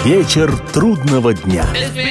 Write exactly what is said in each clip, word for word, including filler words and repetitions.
Вечер трудного дня.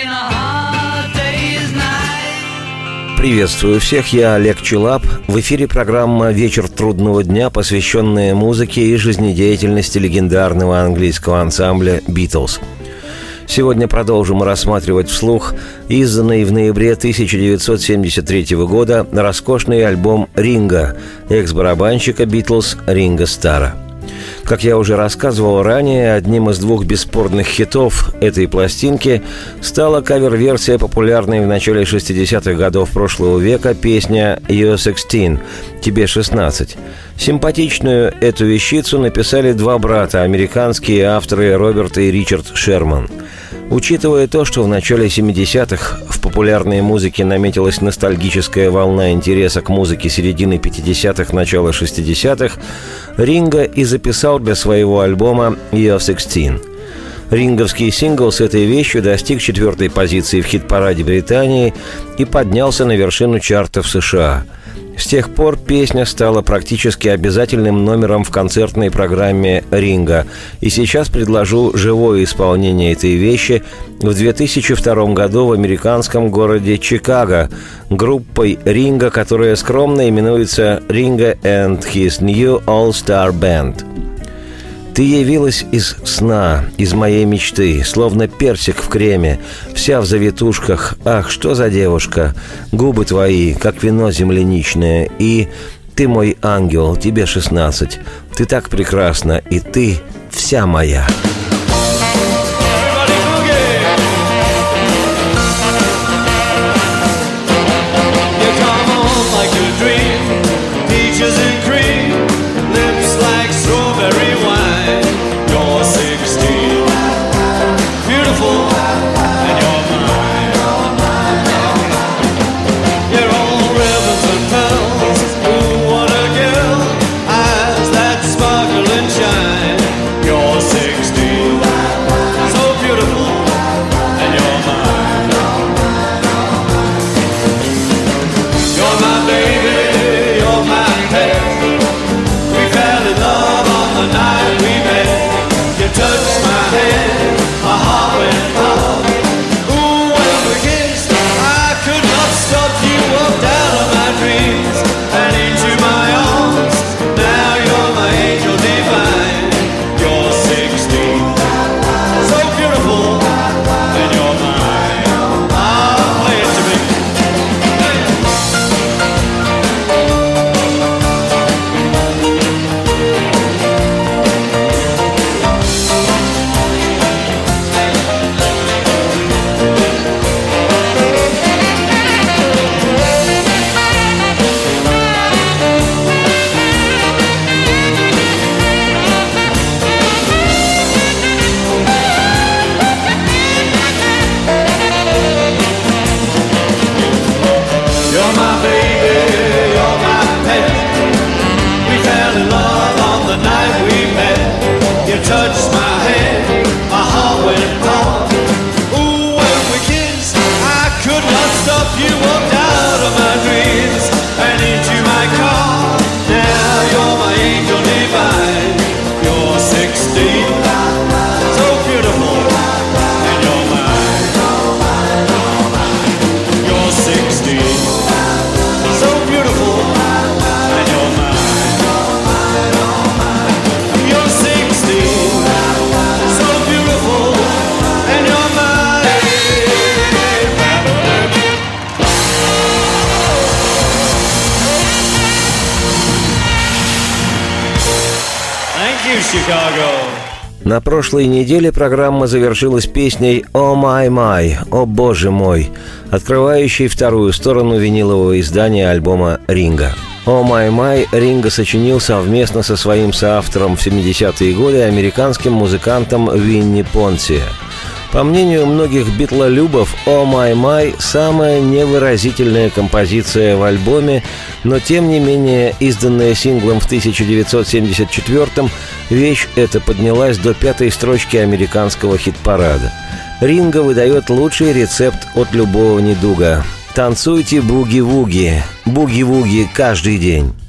Приветствую всех, я Олег Челап. В эфире программа «Вечер трудного дня», посвященная музыке и жизнедеятельности легендарного английского ансамбля «Битлз». Сегодня продолжим рассматривать вслух изданный в ноябре тысяча девятьсот семьдесят третьего года роскошный альбом Ринга, экс-барабанщика «Битлз» Ринго Старра. Как я уже рассказывал ранее, одним из двух бесспорных хитов этой пластинки стала кавер-версия популярной в начале шестидесятых годов прошлого века песня «You're sixteen» – «Тебе шестнадцать». Симпатичную эту вещицу написали два брата, американские авторы Роберт и Ричард Шерман. Учитывая то, что в начале семидесятых в популярной музыке наметилась ностальгическая волна интереса к музыке середины пятидесятых, начала шестидесятых, Ринго и записал для своего альбома «You're sixteen». Ринговский сингл с этой вещью достиг четвертой позиции в хит-параде Британии и поднялся на вершину чартов США. С тех пор песня стала практически обязательным номером в концертной программе Ринго. И сейчас предложу живое исполнение этой вещи в две тысячи втором году в американском городе Чикаго группой Ринго, которая скромно именуется «Ringo and His New All-Star Band». Ты явилась из сна, из моей мечты, словно персик в креме, вся в завитушках. Ах, что за девушка! Губы твои, как вино земляничное, и ты мой ангел, тебе шестнадцать. Ты так прекрасна, и ты вся моя. На прошлой неделе программа завершилась песней «О май май», «О боже мой», открывающей вторую сторону винилового издания альбома Ринго. «О май май» Ринго сочинил совместно со своим соавтором в семидесятые годы американским музыкантом Винни Понси. По мнению многих битлолюбов, «О май май» – самая невыразительная композиция в альбоме, но тем не менее, изданная синглом в тысяча девятьсот семьдесят четвёртом, вещь эта поднялась до пятой строчки американского хит-парада. Ринго выдает лучший рецепт от любого недуга. Танцуйте буги-вуги, буги-вуги каждый день.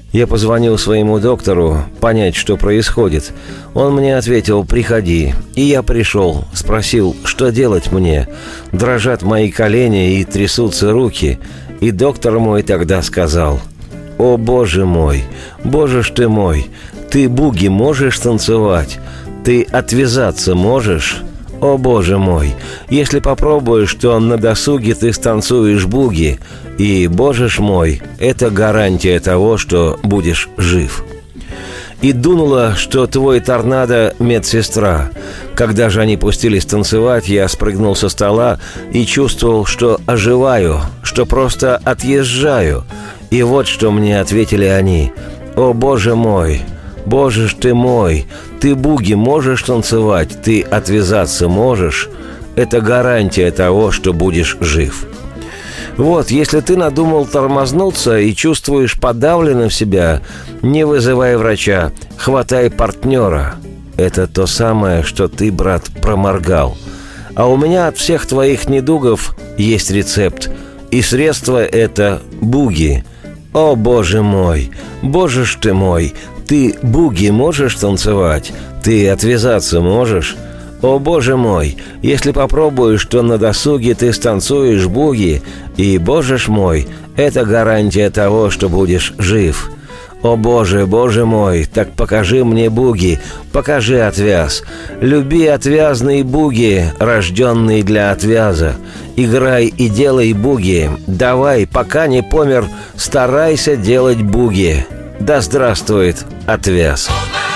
Я позвонил своему доктору понять, что происходит. Он мне ответил: «Приходи». И я пришел, спросил, что делать мне. Дрожат мои колени и трясутся руки. И доктор мой тогда сказал: «О, Боже мой, Боже ж ты мой, ты буги можешь танцевать? Ты отвязаться можешь? О, Боже мой, если попробуешь, то на досуге ты станцуешь буги, и, Боже ж мой, это гарантия того, что будешь жив». И дунуло, что твой торнадо – медсестра. Когда же они пустились танцевать, я спрыгнул со стола и чувствовал, что оживаю, что просто отъезжаю. И вот что мне ответили они: «О, Боже мой, Боже ж ты мой, ты буги можешь танцевать, ты отвязаться можешь? Это гарантия того, что будешь жив». Вот, если ты надумал тормознуться и чувствуешь подавленно в себя, не вызывай врача, хватай партнера. Это то самое, что ты, брат, проморгал. А у меня от всех твоих недугов есть рецепт, и средство это буги. О, Боже мой, Боже ж ты мой, ты буги можешь танцевать? Ты отвязаться можешь? О, Боже мой, если попробуешь, то на досуге ты станцуешь буги, и, Боже ж мой, это гарантия того, что будешь жив. О, Боже, Боже мой, так покажи мне буги, покажи отвяз. Люби отвязные буги, рожденные для отвяза. Играй и делай буги, давай, пока не помер, старайся делать буги. Да здравствует отвяз!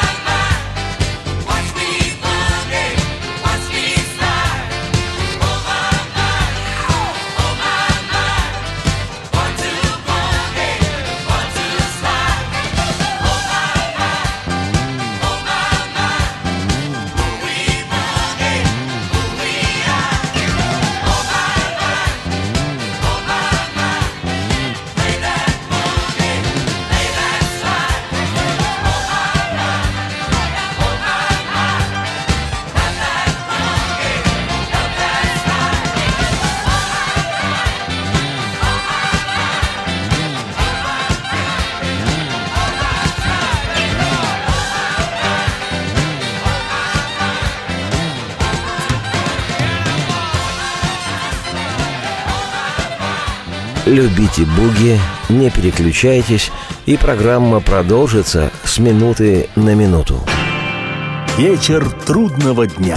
Любите буги, не переключайтесь, и программа продолжится с минуты на минуту. Вечер трудного дня.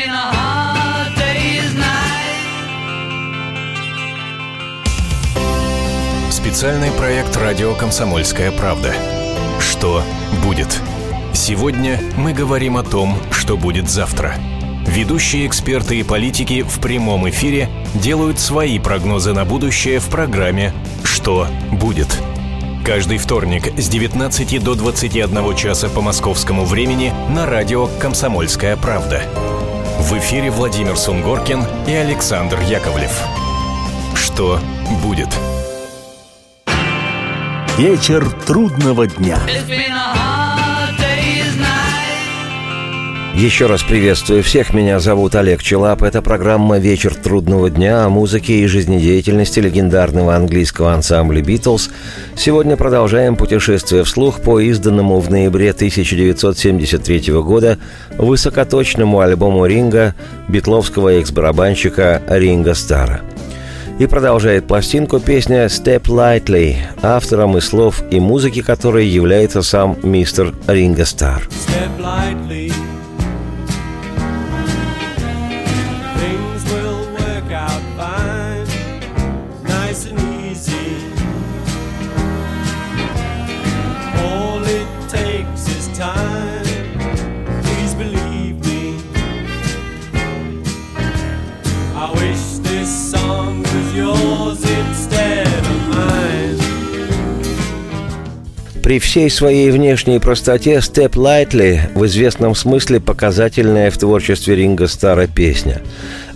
Специальный проект «Радио Комсомольская правда». Что будет? Сегодня мы говорим о том, что будет завтра. Ведущие эксперты и политики в прямом эфире делают свои прогнозы на будущее в программе «Что будет?». Каждый вторник с девятнадцати до двадцати одного часа по московскому времени на радио «Комсомольская правда». В эфире Владимир Сунгоркин и Александр Яковлев. Что будет? Вечер трудного дня. Еще раз приветствую всех, меня зовут Олег Челап. Это программа «Вечер трудного дня» о музыке и жизнедеятельности легендарного английского ансамбля «Битлз». Сегодня продолжаем путешествие вслух по изданному в ноябре тысяча девятьсот семьдесят третьего года высокоточному альбому Ринга, битловского экс-барабанщика Ринго Старра. И продолжает пластинку песня «Step Lightly», автором и слов, и музыки которой является сам мистер Ринго Старр. Step lightly. При всей своей внешней простоте «Step Lightly» в известном смысле показательная в творчестве Ринго Старра песня.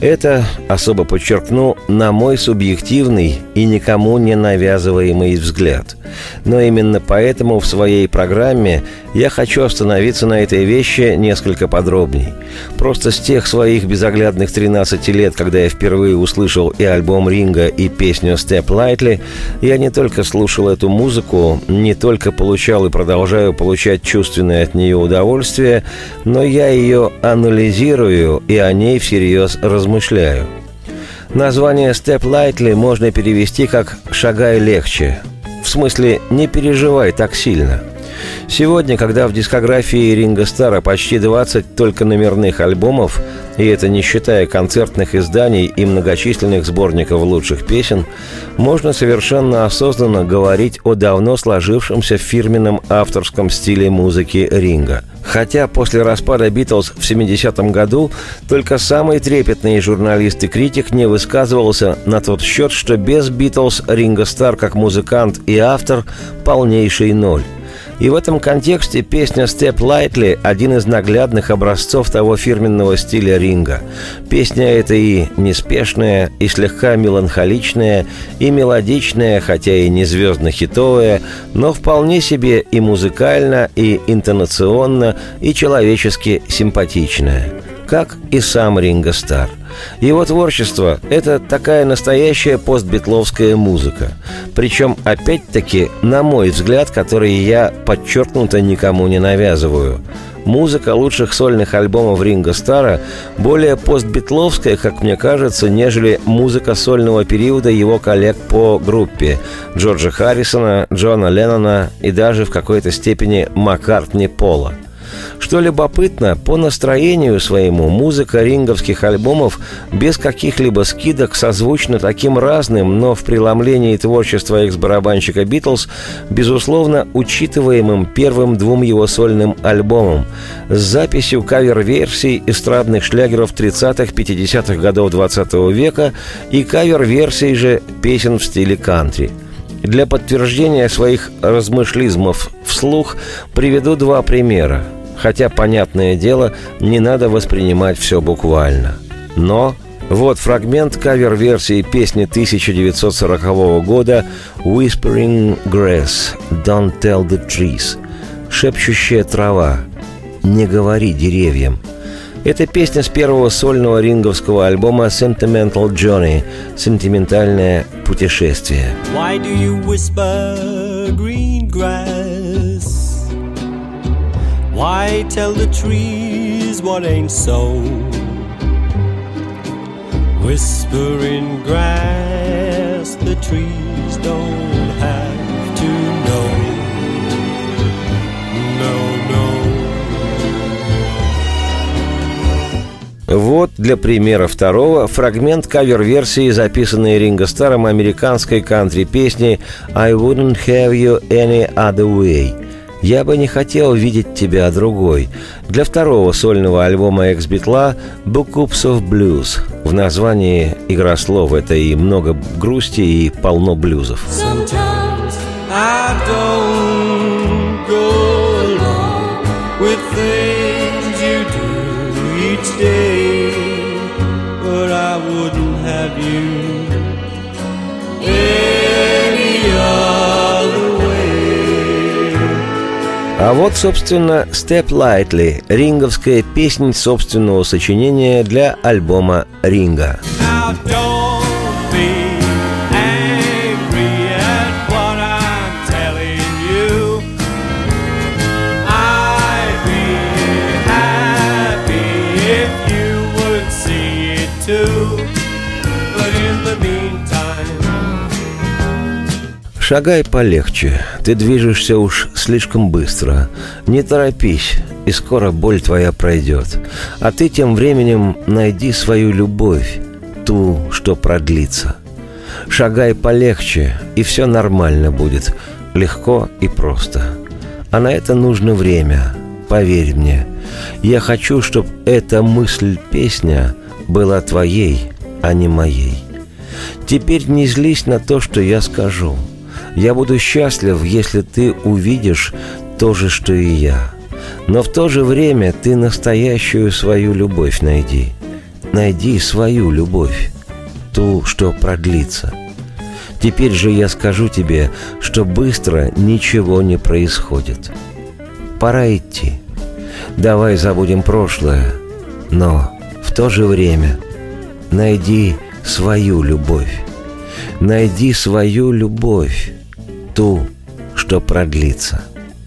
Это, особо подчеркну, на мой субъективный и никому не навязываемый взгляд. Но именно поэтому в своей программе я хочу остановиться на этой вещи несколько подробней. Просто с тех своих безоглядных тринадцати лет, когда я впервые услышал и альбом Ринга, и песню «Step Lightly», я не только слушал эту музыку, не только получал и продолжаю получать чувственное от нее удовольствие, но я ее анализирую и о ней всерьез размышляю. Название «Step Lightly» можно перевести как «шагай легче». В смысле, не переживай так сильно. Сегодня, когда в дискографии Ринго Старра почти двадцать только номерных альбомов, и это не считая концертных изданий и многочисленных сборников лучших песен, можно совершенно осознанно говорить о давно сложившемся фирменном авторском стиле музыки Ринго. Хотя после распада «Битлз» в семидесятом году только самый трепетный журналист и критик не высказывался на тот счет, что без «Битлз» Ринго Старр как музыкант и автор – полнейший ноль. И в этом контексте песня «Step Lightly» – один из наглядных образцов того фирменного стиля Ринго. Песня эта и неспешная, и слегка меланхоличная, и мелодичная, хотя и не звездно-хитовая, но вполне себе и музыкально, и интонационно, и человечески симпатичная. Как и сам Ринго Старр. Его творчество – это такая настоящая постбитловская музыка. Причем, опять-таки, на мой взгляд, который я подчеркнуто никому не навязываю. Музыка лучших сольных альбомов Ринго Старра более постбитловская, как мне кажется, нежели музыка сольного периода его коллег по группе Джорджа Харрисона, Джона Леннона и даже в какой-то степени Маккартни Пола. Что любопытно, по настроению своему музыка ринговских альбомов без каких-либо скидок созвучна таким разным, но в преломлении творчества экс-барабанщика «Битлз», безусловно, учитываемым первым двум его сольным альбомам с записью кавер-версий эстрадных шлягеров тридцатых-пятидесятых годов двадцатого века и кавер-версий же песен в стиле кантри. Для подтверждения своих размышлизмов вслух приведу два примера. Хотя, понятное дело, не надо воспринимать все буквально. Но вот фрагмент кавер-версии песни тысяча девятьсот сорокового года «Whispering Grass, Don't Tell the Trees» – «Шепчущая трава, не говори деревьям». Это песня с первого сольного ринговского альбома «Sentimental Journey» – «Сентиментальное путешествие». Why do you whisper green grass? Why tell the trees what ain't so? Whispering grass, the trees don't have to know. No, no. Вот для примера второго фрагмент кавер-версии, записанной Ринго Старром американской кантри-песни «I wouldn't have you any other way». «Я бы не хотел видеть тебя другой» для второго сольного альбома экс-битла «Bookups of Blues». В названии игра слов – это и много грусти, и полно блюзов. Sometimes I don't go along with things you do each day, but I wouldn't have you any other way. А вот, собственно, «Step Lightly» – ринговская песнь собственного сочинения для альбома «Ринго». Now don't be angry at what I'm telling you. I'd be happy if you would see it too. But in the meantime, Шагай полегче, ты движешься уж слишком быстро. Не торопись, и скоро боль твоя пройдет. А ты тем временем найди свою любовь, ту, что продлится. Шагай полегче, и все нормально будет, легко и просто. А на это нужно время, поверь мне. Я хочу, чтобы эта мысль-песня была твоей, а не моей. Теперь не злись на то, что я скажу. Я буду счастлив, если ты увидишь то же, что и я. Но в то же время ты настоящую свою любовь найди. найди свою любовь, ту, что продлится. Теперь же я скажу тебе, что быстро ничего не происходит. Пора идти. Давай забудем прошлое, но в то же время найди свою любовь. Найди свою любовь, ту, что продлится.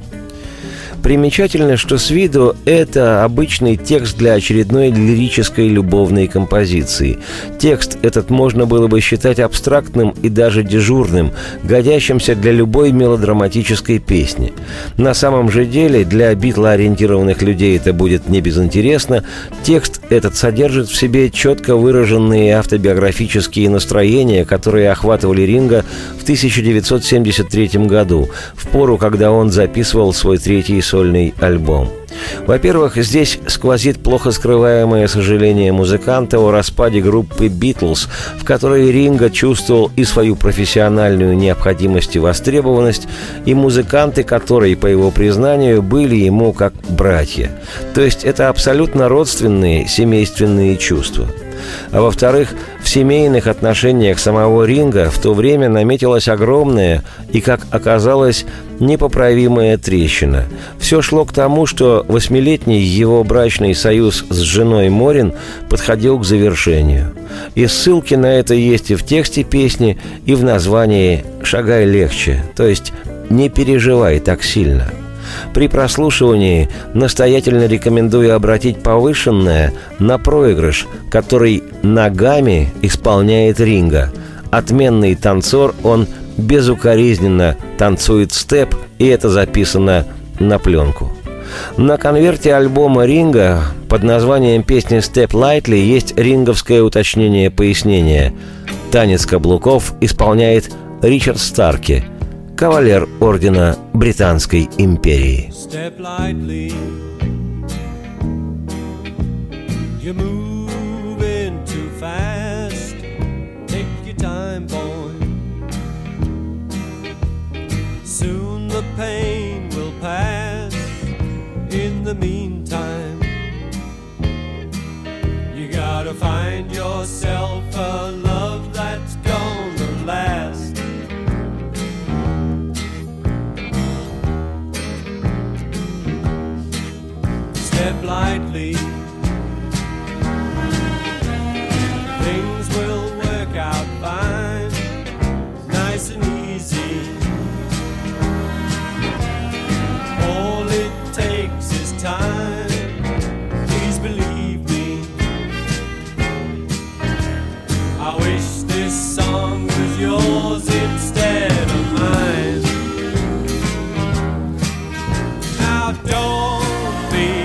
Примечательно, что с виду это обычный текст для очередной лирической любовной композиции. Текст этот можно было бы считать абстрактным и даже дежурным, годящимся для любой мелодраматической песни. На самом же деле, для битлоориентированных людей это будет не безинтересно. Текст этот содержит в себе четко выраженные автобиографические настроения, которые охватывали Ринга в тысяча девятьсот семьдесят третьем году, в пору, когда он записывал свой третий сольный альбом. Во-первых, здесь сквозит плохо скрываемое сожаление музыканта о распаде группы «Битлз», в которой Ринго чувствовал и свою профессиональную необходимость и востребованность, и музыканты, которые, по его признанию, были ему как братья. То есть это абсолютно родственные, семейственные чувства. А во-вторых, в семейных отношениях самого Ринго в то время наметилась огромная и, как оказалось, непоправимая трещина. Все шло к тому, что восьмилетний его брачный союз с женой Морин подходил к завершению. И ссылки на это есть и в тексте песни, и в названии «Шагай легче», то есть «Не переживай так сильно». При прослушивании настоятельно рекомендую обратить повышенное на проигрыш, который ногами исполняет Ринго. Отменный танцор, он безукоризненно танцует степ, и это записано на пленку. На конверте альбома Ринго под названием песни «Step Lightly» есть ринговское уточнение-пояснение. Танец каблуков исполняет Ричард Старки, кавалер ордена Британской империи. Step lightly. You're moving too fast. Take your time, boy. Soon the pain will pass. In the meantime, you gotta find yourself a love that's gonna last. Step lightly. Things will work out fine, nice and easy. All it takes is time. Please believe me. I wish this song was yours instead of mine. Now don't be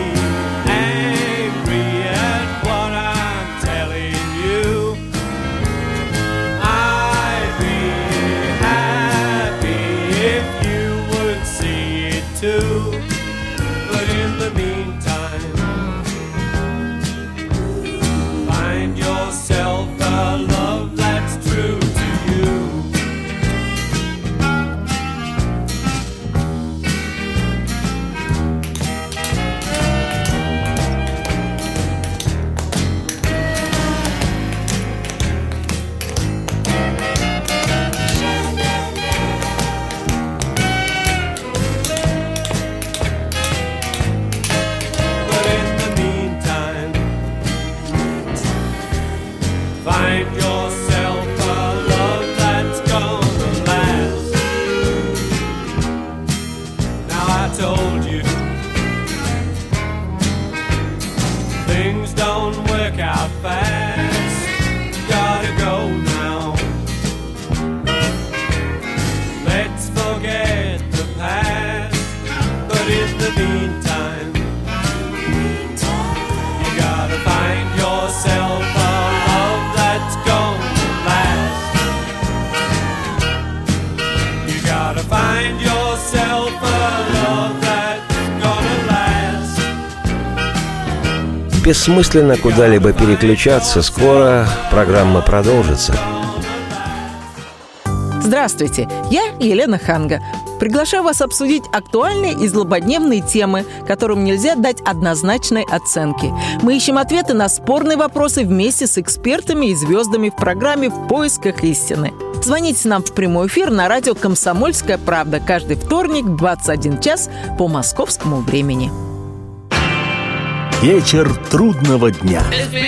Бессмысленно куда-либо переключаться, скоро программа продолжится. Здравствуйте, я Елена Ханга. Приглашаю вас обсудить актуальные и злободневные темы, которым нельзя дать однозначной оценки. Мы ищем ответы на спорные вопросы вместе с экспертами и звездами в программе «В поисках истины». Звоните нам в прямой эфир на радио «Комсомольская правда» каждый вторник в двадцать один час по московскому времени. Вечер трудного дня.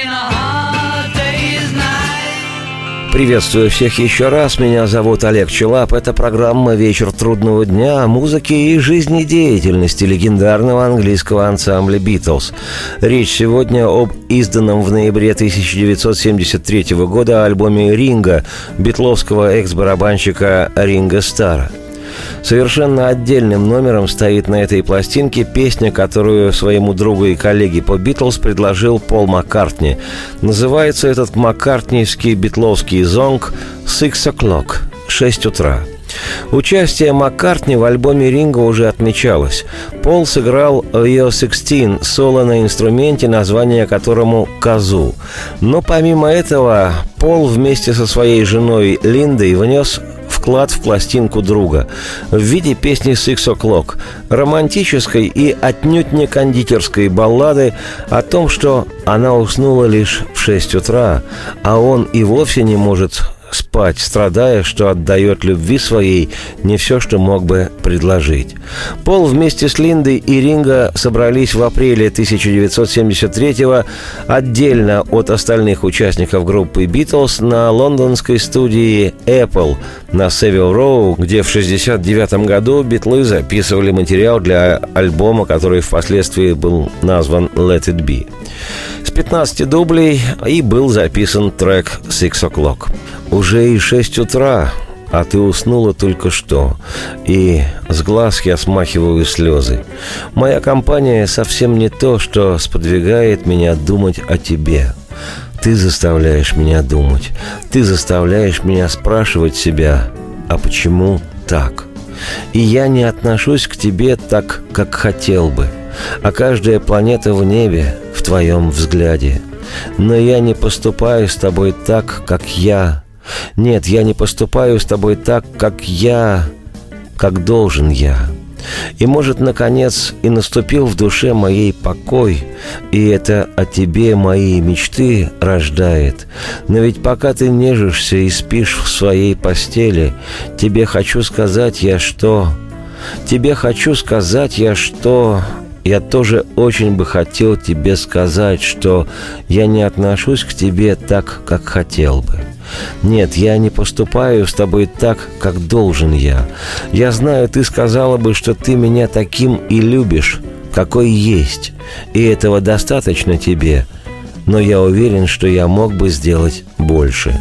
Приветствую всех еще раз. Меня зовут Олег Челап. Это программа «Вечер трудного дня» о музыке и жизнедеятельности легендарного английского ансамбля «Битлз». Речь сегодня об изданном в ноябре тысяча девятьсот семьдесят третьего года альбоме «Ринго» битловского экс-барабанщика Ринго Старра. Совершенно отдельным номером стоит на этой пластинке песня, которую своему другу и коллеге по «Битлз» предложил Пол Маккартни. Называется этот маккартниевский битловский зонг «Six O'Clock» — «шесть утра». Участие Маккартни в альбоме «Ринго» уже отмечалось. Пол сыграл «You're шестнадцать» соло на инструменте, название которому «Казу». Но помимо этого, Пол вместе со своей женой Линдой внес вклад в пластинку друга в виде песни «Six O'Clock», романтической и отнюдь не кондитерской баллады о том, что она уснула лишь в шесть утра, а он и вовсе не может спать, страдая, что отдает любви своей не все, что мог бы предложить. Пол вместе с Линдой и Ринго собрались в апреле тысяча девятьсот семьдесят третьего отдельно от остальных участников группы «Битлз» на лондонской студии Apple на Севил Роу, где в шестьдесят девятом году Битлы записывали материал для альбома, который впоследствии был назван «Let It Be». С пятнадцати дублей и был записан трек «Six O'Clock». Уже и шесть утра, а ты уснула только что, и с глаз я смахиваю слезы. Моя компания совсем не то, что сподвигает меня думать о тебе. Ты заставляешь меня думать, ты заставляешь меня спрашивать себя, а почему так? И я не отношусь к тебе так, как хотел бы, а каждая планета в небе в твоем взгляде. Но я не поступаю с тобой так, как я. Нет, я не поступаю с тобой так, как я, как должен я. И, может, наконец и наступил в душе моей покой, и это о тебе мои мечты рождает. Но ведь пока ты нежишься и спишь в своей постели, тебе хочу сказать я что... Тебе хочу сказать я что... Я тоже очень бы хотел тебе сказать, что я не отношусь к тебе так, как хотел бы. Нет, я не поступаю с тобой так, как должен я. Я знаю, ты сказала бы, что ты меня таким и любишь, какой есть, и этого достаточно тебе, но я уверен, что я мог бы сделать больше.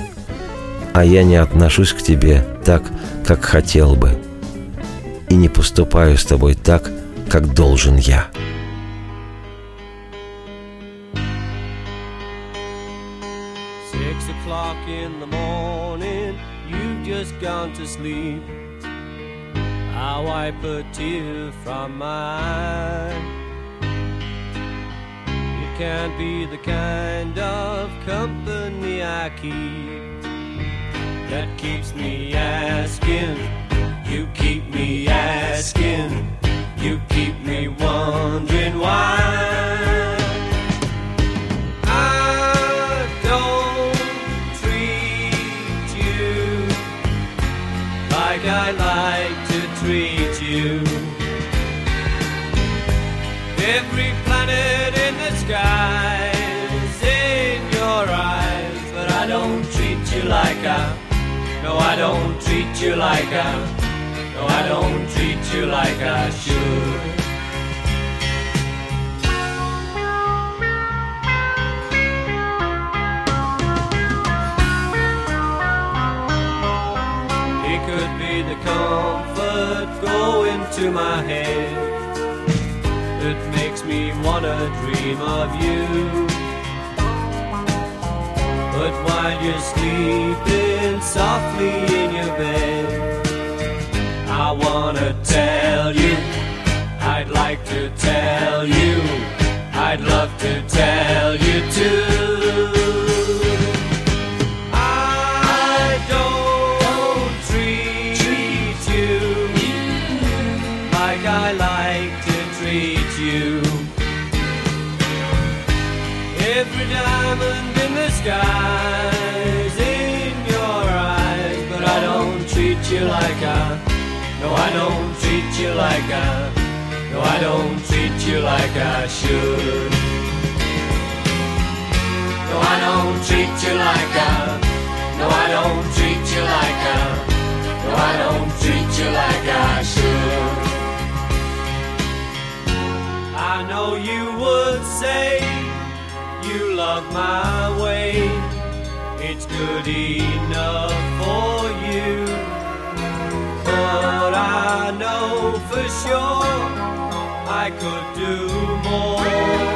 А я не отношусь к тебе так, как хотел бы, и не поступаю с тобой так, как должен я. Six o'clock in the morning, you've just gone to sleep. I wipe a tear from my eye. It can't be the kind of company I keep that keeps me asking. You keep me asking. You keep me wondering why I don't treat you like I like to treat you. Every planet in the sky is in your eyes, but I don't treat you like I, no, I don't treat you like I, no, I don't treat you like I should. It could be the comfort going to my head that makes me wanna dream of you. But while you're sleeping softly in your bed, I wanna tell you, I'd like to tell you, I'd love to tell you too. I don't treat you skies in your eyes, but I don't treat you like I, no, I don't treat you like I, no, I don't treat you like I should. No, I don't treat you like I, no, I don't treat you like I, no, I don't treat you like I should. I know you would say you love my way, it's good enough for you, but I know for sure I could do more.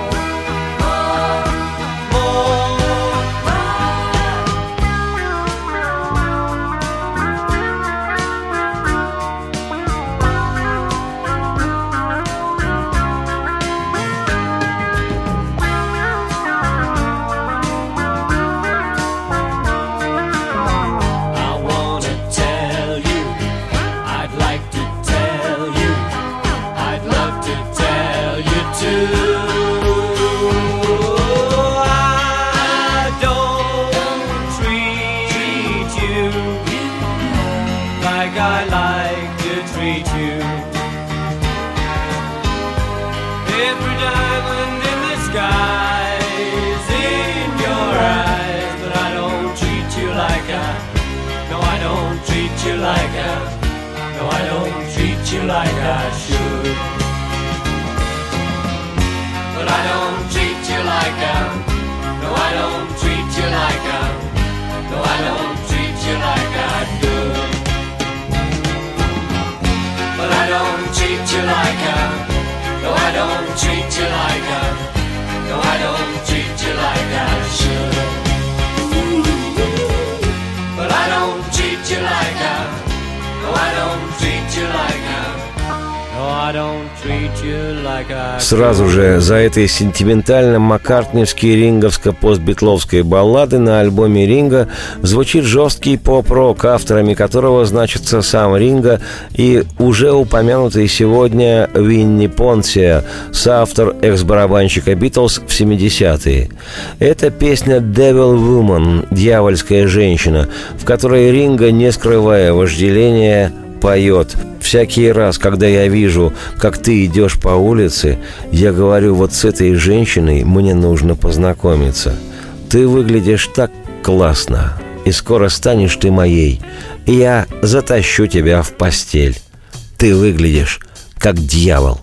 Like I, no, I don't treat you like I should. But I don't treat you like I, no, I don't treat you like I, no, I don't treat you like I do. But I don't treat you like I, no, I don't treat you like I, no, I don't treat you like I should. But I don't treat you like I, no, I don't treat you like I, no, I don't treat you like I. Сразу же за этой сентиментально-маккартневской ринговско-постбитловской баллады на альбоме Ринга звучит жесткий поп-рок, авторами которого значится сам Ринго и уже упомянутый сегодня Винни Понсия, соавтор экс-барабанщика Битлз в семидесятые. Это песня «Devil Woman» — «Дьявольская женщина», в которой Ринго, не скрывая вожделения, поет: «Всякий раз, когда я вижу, как ты идешь по улице, я говорю, вот с этой женщиной мне нужно познакомиться. Ты выглядишь так классно, и скоро станешь ты моей, и я затащу тебя в постель. Ты выглядишь как дьявол».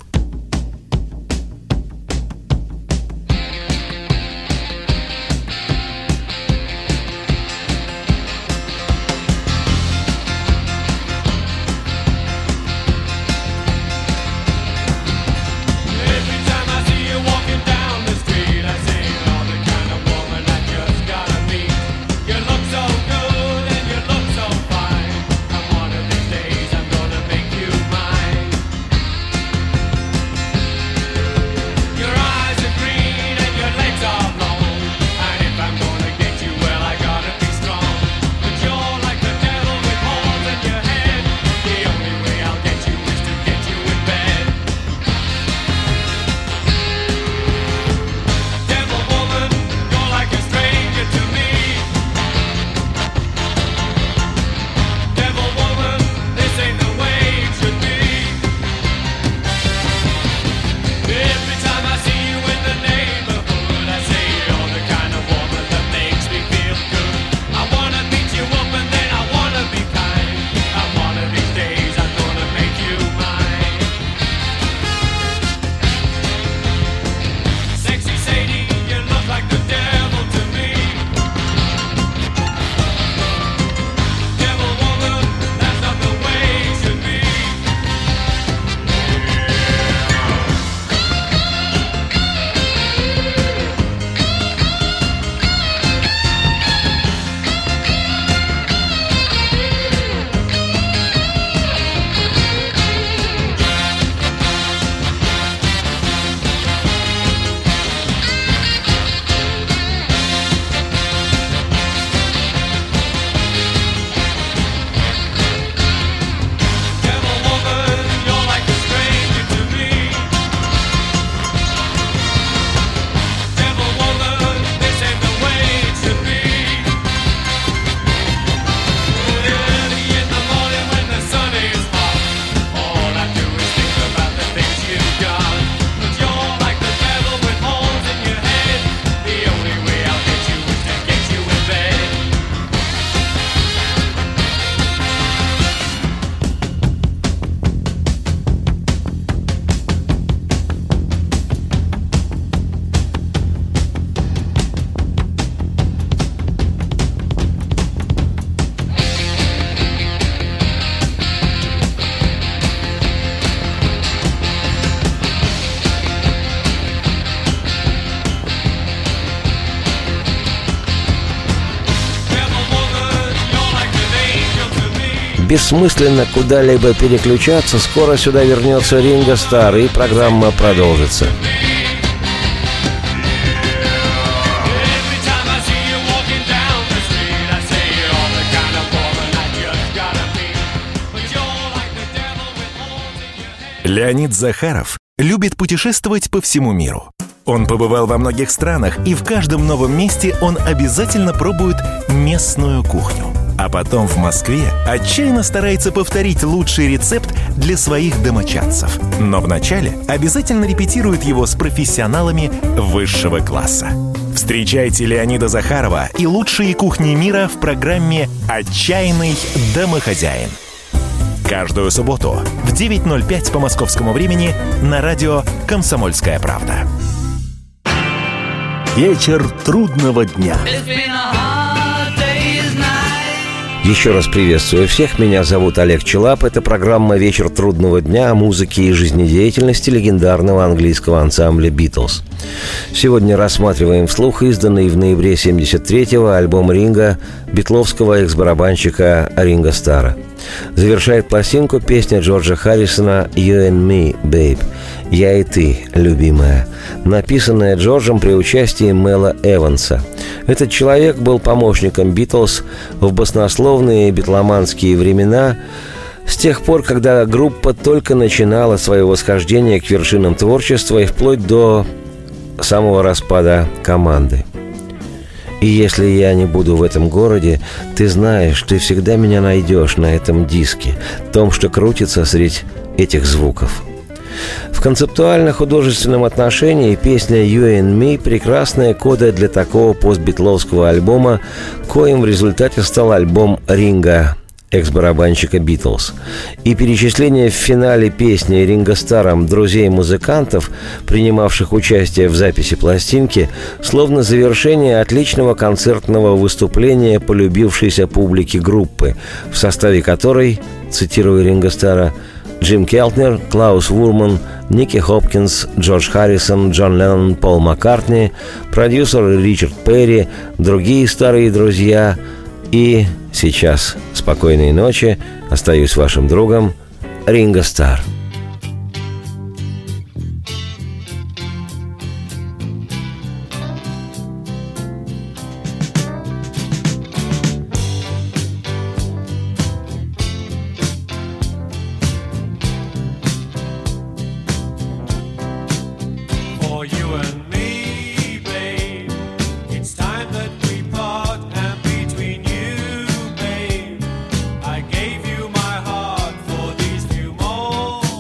бессмысленно куда-либо переключаться, скоро сюда вернется Ринго Старр, и программа продолжится. Леонид Захаров любит путешествовать по всему миру. Он побывал во многих странах, и в каждом новом месте он обязательно пробует местную кухню. А потом в Москве отчаянно старается повторить лучший рецепт для своих домочадцев. Но вначале обязательно репетирует его с профессионалами высшего класса. Встречайте Леонида Захарова и лучшие кухни мира в программе «Отчаянный домохозяин». Каждую субботу в девять ноль пять по московскому времени на радио «Комсомольская правда». Вечер трудного дня. Еще раз приветствую всех. Меня зовут Олег Челап. Это программа «Вечер трудного дня» о музыке и жизнедеятельности легендарного английского ансамбля «Битлз». Сегодня рассматриваем вслух изданный в ноябре семьдесят третьего альбом Ринга битловского экс-барабанщика Ринго Старра. Завершает пластинку песня Джорджа Харрисона «You and me, babe» – «Я и ты, любимая», написанная Джорджем при участии Мэла Эванса. Этот человек был помощником Битлз в баснословные битломанские времена, с тех пор, когда группа только начинала свое восхождение к вершинам творчества и вплоть до самого распада команды. И если я не буду в этом городе, ты знаешь, ты всегда меня найдешь на этом диске, том, что крутится среди этих звуков. В концептуально-художественном отношении песня «You and Me» – прекрасная кода для такого постбитловского альбома, коим в результате стал альбом Ринга, экс-барабанщика «Битлз». И перечисление в финале песни Ринго Старром друзей-музыкантов, принимавших участие в записи пластинки, словно завершение отличного концертного выступления полюбившейся публике группы, в составе которой, цитирую Ринго Старра, Джим Келтнер, Клаус Вурман, Ники Хопкинс, Джордж Харрисон, Джон Леннон, Пол Маккартни, продюсер Ричард Перри, другие старые друзья. И сейчас спокойной ночи. Остаюсь вашим другом, Ринго Старр. Gave you my heart for these few moments.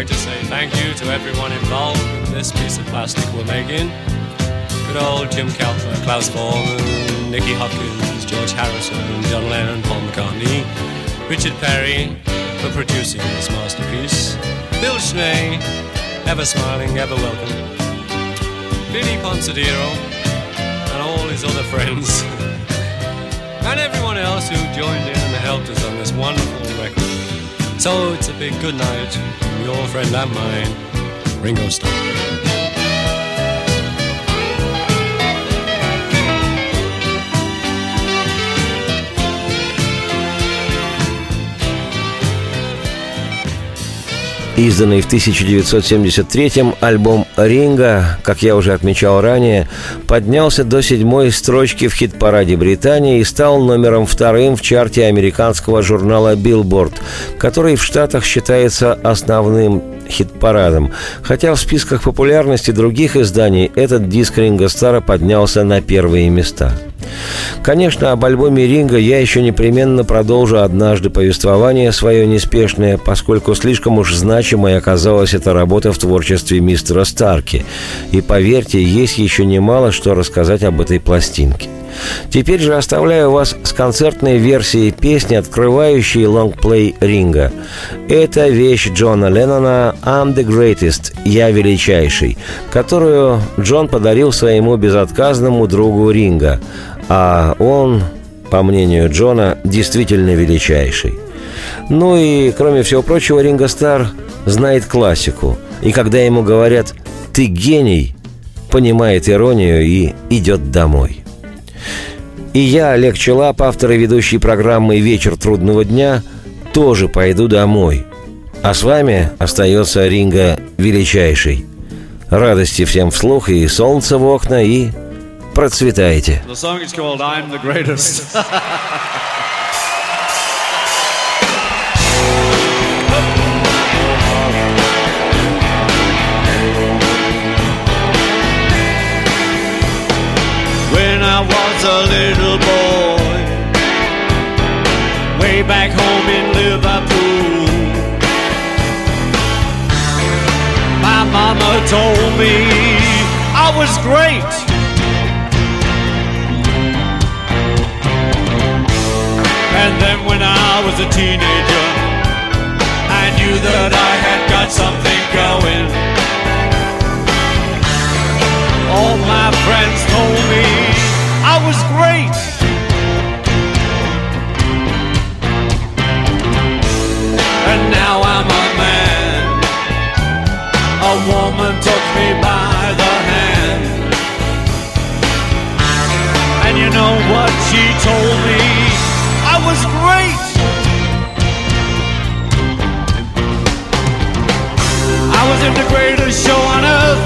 like to say thank you to everyone involved in this piece of plastic we're making. Good old Jim Calfer, Klaus Voormann, Nicky Hopkins, George Harrison, John Lennon, Paul McCartney, Richard Perry for producing this masterpiece, Bill Schnee, ever smiling, ever welcome, Vinnie Ponsadero, and all his other friends, and everyone else who joined in and helped us on this wonderful record. So it's a big good night from your friend and mine, Ringo Starr. Изданный в тысяча девятьсот семьдесят третьем альбом Ринга, как я уже отмечал ранее, поднялся до седьмой строчки в хит-параде Британии и стал номером вторым в чарте американского журнала Billboard, который в Штатах считается основным хит-парадом, хотя в списках популярности других изданий этот диск Ринго Старра поднялся на первые места. Конечно, об альбоме Ринго я еще непременно продолжу однажды повествование свое неспешное, поскольку слишком уж значимой оказалась эта работа в творчестве мистера Старки. И поверьте, есть еще немало что рассказать об этой пластинке. Теперь же оставляю вас с концертной версией песни, открывающей лонгплей Ринго. Это вещь Джона Леннона «I'm the greatest» – «Я величайший», которую Джон подарил своему безотказному другу Ринго. А он, по мнению Джона, действительно величайший. Ну и, кроме всего прочего, Ринго Старр знает классику. И когда ему говорят «ты гений», понимает иронию и идет домой. И я, Олег Челап, автор и ведущий программы «Вечер трудного дня», тоже пойду домой. А с вами остается Ринго величайший. Радости всем вслух и солнца в окна, и процветайте. The song is called I'm the Greatest. When I was a little boy, way back home in Liverpool, my mama told me I was great. And then when I was a teenager, I knew that I had got something going. All my friends told me I was great. And now I'm a man. A woman took me by the hand. And you know what she told me? I was great. I was in the greatest show on earth,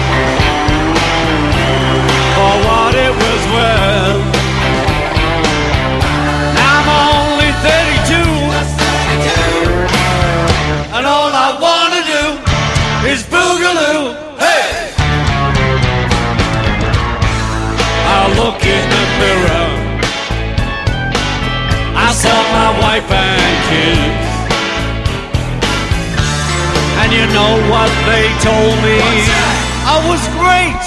for what it was worth. I'm only thirty-two, and all I wanna do is boogaloo. Hey! I look in the mirror, I saw my wife and kids, and you know what they told me? I was great.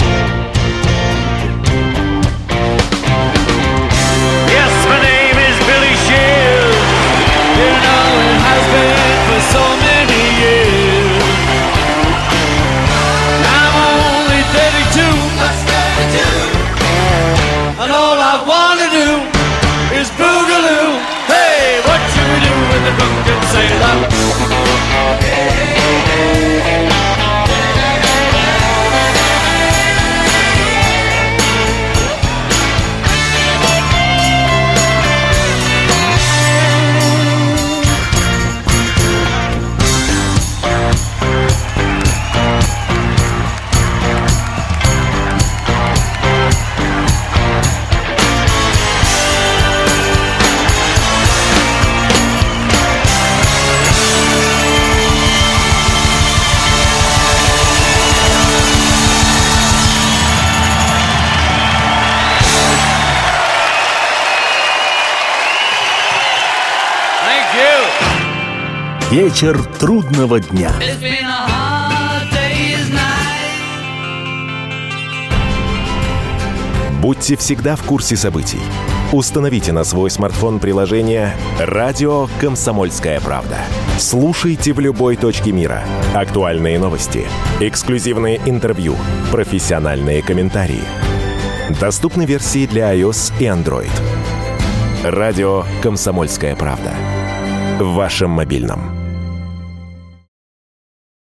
Yes, my name is Billy Shears. You know it has been for so many years. I'm only thirty-two, and all I wanna do is boogaloo. Hey, what should we do with the drunken sailor? Вечер трудного дня. Будьте всегда в курсе событий. Установите на свой смартфон приложение «Радио Комсомольская правда». Слушайте в любой точке мира. Актуальные новости, эксклюзивные интервью, профессиональные комментарии. Доступны версии для iOS и Android. «Радио Комсомольская правда». В вашем мобильном.